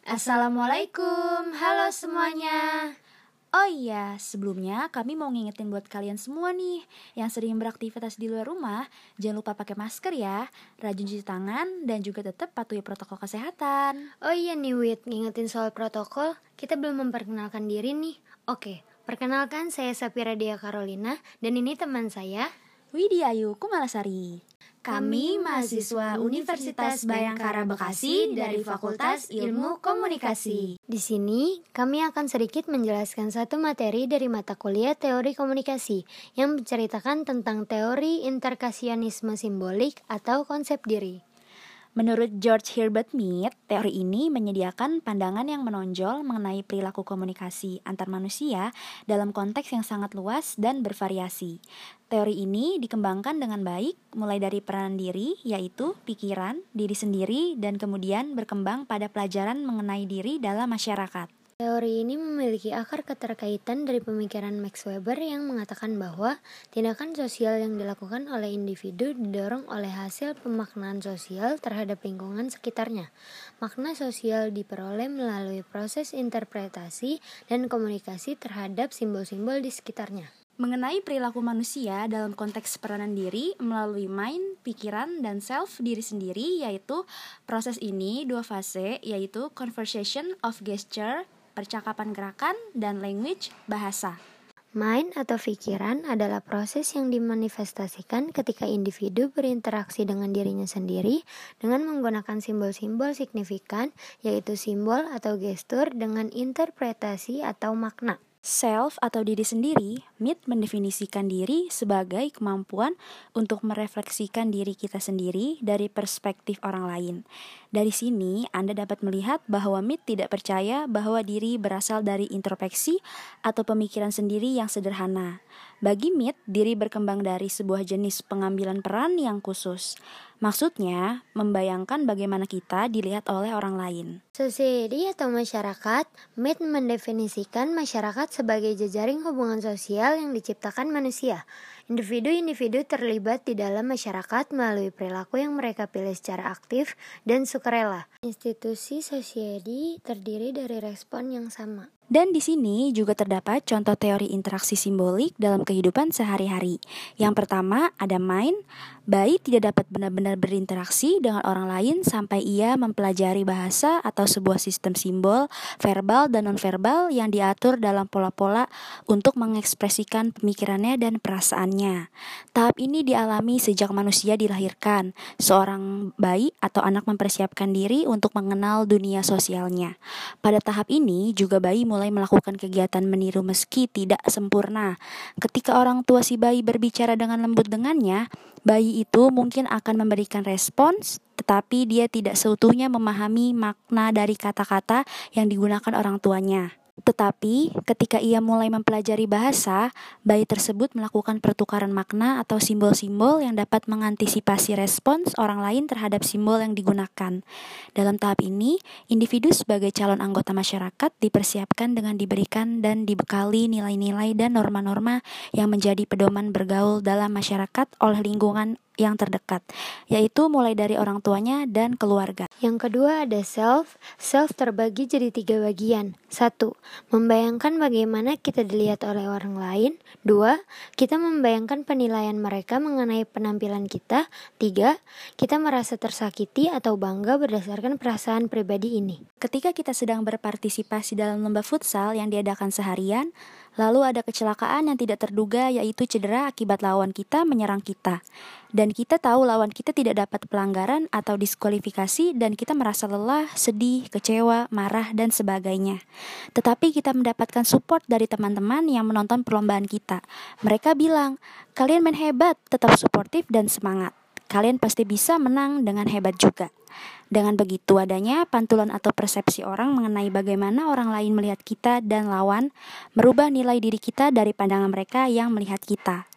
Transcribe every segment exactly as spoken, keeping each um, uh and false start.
Assalamualaikum, halo semuanya. Oh iya, sebelumnya kami mau ngingetin buat kalian semua nih yang sering beraktivitas di luar rumah, jangan lupa pakai masker ya, rajin cuci tangan, dan juga tetap patuhi protokol kesehatan. Oh iya nih Wit, ngingetin soal protokol, kita belum memperkenalkan diri nih. Oke, perkenalkan saya Sapira Dea Carolina, dan ini teman saya Widya Ayu Kumalasari. Kami mahasiswa Universitas Bhayangkara Bekasi dari Fakultas Ilmu Komunikasi. Di sini, kami akan sedikit menjelaskan satu materi dari mata kuliah Teori Komunikasi yang menceritakan tentang teori interkasianisme simbolik atau konsep diri. Menurut George Herbert Mead, teori ini menyediakan pandangan yang menonjol mengenai perilaku komunikasi antar manusia dalam konteks yang sangat luas dan bervariasi. Teori ini dikembangkan dengan baik, mulai dari peranan diri, yaitu pikiran, diri sendiri, dan kemudian berkembang pada pelajaran mengenai diri dalam masyarakat. Teori ini memiliki akar keterkaitan dari pemikiran Max Weber yang mengatakan bahwa tindakan sosial yang dilakukan oleh individu didorong oleh hasil pemaknaan sosial terhadap lingkungan sekitarnya. Makna sosial diperoleh melalui proses interpretasi dan komunikasi terhadap simbol-simbol di sekitarnya. Mengenai perilaku manusia dalam konteks peranan diri melalui mind, pikiran, dan self diri sendiri, yaitu proses ini dua fase, yaitu conversation of gesture, percakapan gerakan, dan language, bahasa. Mind atau pikiran adalah proses yang dimanifestasikan ketika individu berinteraksi dengan dirinya sendiri dengan menggunakan simbol-simbol signifikan, yaitu simbol atau gestur dengan interpretasi atau makna. Self atau diri sendiri, Mead mendefinisikan diri sebagai kemampuan untuk merefleksikan diri kita sendiri dari perspektif orang lain. Dari sini, Anda dapat melihat bahwa Mead tidak percaya bahwa diri berasal dari introspeksi atau pemikiran sendiri yang sederhana. Bagi Mead, diri berkembang dari sebuah jenis pengambilan peran yang khusus. Maksudnya, membayangkan bagaimana kita dilihat oleh orang lain. Society atau masyarakat, Mead mendefinisikan masyarakat sebagai jejaring hubungan sosial yang diciptakan manusia. Individu-individu terlibat di dalam masyarakat melalui perilaku yang mereka pilih secara aktif dan sukarela. Institusi society terdiri dari respon yang sama. Dan di sini juga terdapat contoh teori interaksi simbolik dalam kehidupan sehari-hari. Yang pertama ada mind. Bayi tidak dapat benar-benar berinteraksi dengan orang lain sampai ia mempelajari bahasa atau sebuah sistem simbol, verbal dan nonverbal yang diatur dalam pola-pola untuk mengekspresikan pemikirannya dan perasaannya. Tahap ini dialami sejak manusia dilahirkan. Seorang bayi atau anak mempersiapkan diri untuk mengenal dunia sosialnya. Pada tahap ini juga bayi mulai mulai melakukan kegiatan meniru meski tidak sempurna. Ketika orang tua si bayi berbicara dengan lembut dengannya, bayi itu mungkin akan memberikan respons, tetapi dia tidak seutuhnya memahami makna dari kata-kata yang digunakan orang tuanya. Tetapi ketika ia mulai mempelajari bahasa, bayi tersebut melakukan pertukaran makna atau simbol-simbol yang dapat mengantisipasi respons orang lain terhadap simbol yang digunakan. Dalam tahap ini, individu sebagai calon anggota masyarakat dipersiapkan dengan diberikan dan dibekali nilai-nilai dan norma-norma yang menjadi pedoman bergaul dalam masyarakat oleh lingkungan yang terdekat, yaitu mulai dari orang tuanya dan keluarga. Yang kedua ada self. Self terbagi jadi tiga bagian. Satu, membayangkan bagaimana kita dilihat oleh orang lain. Dua, kita membayangkan penilaian mereka mengenai penampilan kita. Tiga, kita merasa tersakiti atau bangga berdasarkan perasaan pribadi ini. Ketika kita sedang berpartisipasi dalam lomba futsal yang diadakan seharian, lalu ada kecelakaan yang tidak terduga, yaitu cedera akibat lawan kita menyerang kita. Dan kita tahu lawan kita tidak dapat pelanggaran atau diskualifikasi dan kita merasa lelah, sedih, kecewa, marah, dan sebagainya. Tetapi kita mendapatkan support dari teman-teman yang menonton perlombaan kita. Mereka bilang, kalian main hebat, tetap suportif dan semangat. Kalian pasti bisa menang dengan hebat juga. Dengan begitu adanya pantulan atau persepsi orang mengenai bagaimana orang lain melihat kita dan lawan, merubah nilai diri kita dari pandangan mereka yang melihat kita.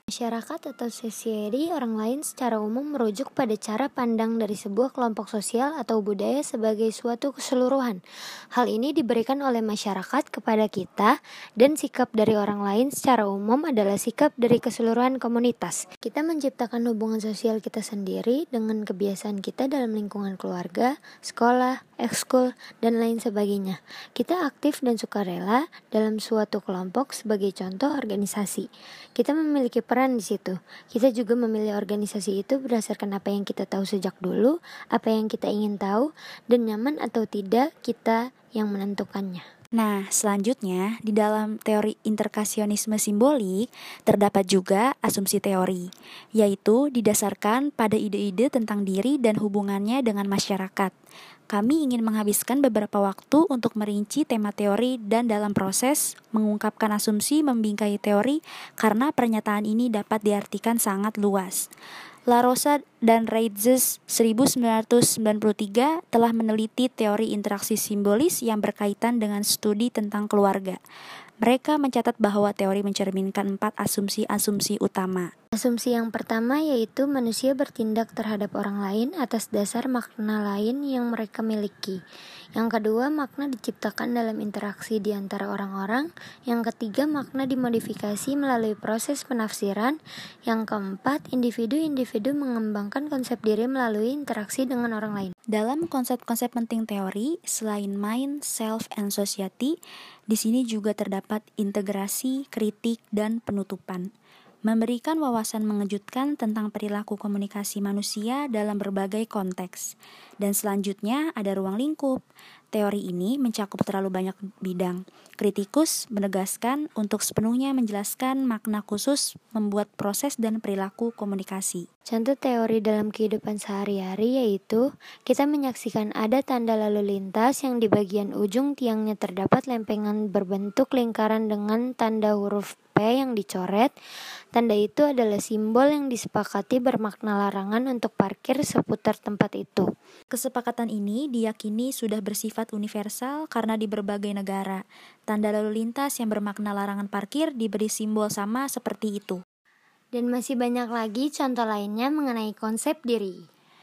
Masyarakat atau society orang lain secara umum merujuk pada cara pandang dari sebuah kelompok sosial atau budaya sebagai suatu keseluruhan. Hal ini diberikan oleh masyarakat kepada kita, dan sikap dari orang lain secara umum adalah sikap dari keseluruhan komunitas. Kita menciptakan hubungan sosial kita sendiri dengan kebiasaan kita dalam lingkungan keluarga, sekolah, ekskul, dan lain sebagainya. Kita aktif dan sukarela dalam suatu kelompok sebagai contoh organisasi. Kita memiliki peran di situ. Kita juga memilih organisasi itu berdasarkan apa yang kita tahu sejak dulu, apa yang kita ingin tahu, dan nyaman atau tidak kita yang menentukannya. Nah, selanjutnya di dalam teori interkasionisme simbolik terdapat juga asumsi teori, yaitu didasarkan pada ide-ide tentang diri dan hubungannya dengan masyarakat. Kami ingin menghabiskan beberapa waktu untuk merinci tema teori dan dalam proses mengungkapkan asumsi membingkai teori karena pernyataan ini dapat diartikan sangat luas. La Rosa dan Reyes seribu sembilan ratus sembilan puluh tiga telah meneliti teori interaksi simbolis yang berkaitan dengan studi tentang keluarga. Mereka mencatat bahwa teori mencerminkan empat asumsi-asumsi utama. Asumsi yang pertama yaitu manusia bertindak terhadap orang lain atas dasar makna lain yang mereka miliki. Yang kedua, makna diciptakan dalam interaksi di antara orang-orang. Yang ketiga, makna dimodifikasi melalui proses penafsiran. Yang keempat, individu-individu mengembangkan konsep diri melalui interaksi dengan orang lain. Dalam konsep-konsep penting teori, selain mind, self, and society, di sini juga terdapat integrasi, kritik, dan penutupan. Memberikan wawasan mengejutkan tentang perilaku komunikasi manusia dalam berbagai konteks. Dan selanjutnya ada ruang lingkup. Teori ini mencakup terlalu banyak bidang. Kritikus menegaskan untuk sepenuhnya menjelaskan makna khusus membuat proses dan perilaku komunikasi. Contoh teori dalam kehidupan sehari-hari yaitu kita menyaksikan ada tanda lalu lintas yang di bagian ujung tiangnya terdapat lempengan berbentuk lingkaran dengan tanda huruf P yang dicoret. Tanda itu adalah simbol yang disepakati bermakna larangan untuk parkir seputar tempat itu. Kesepakatan ini diyakini sudah bersifat universal karena di berbagai negara, tanda lalu lintas yang bermakna larangan parkir diberi simbol sama seperti itu. Dan masih banyak lagi contoh lainnya mengenai konsep diri.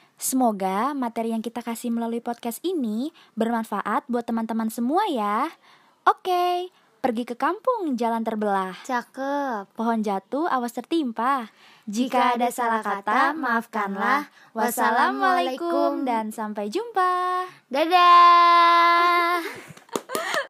Semoga materi yang kita kasih melalui podcast ini bermanfaat buat teman-teman semua ya. Oke, pergi ke kampung jalan terbelah. Cakep. Pohon jatuh awas tertimpa. Jika ada salah kata, maafkanlah. Wassalamualaikum dan sampai jumpa. Dadah.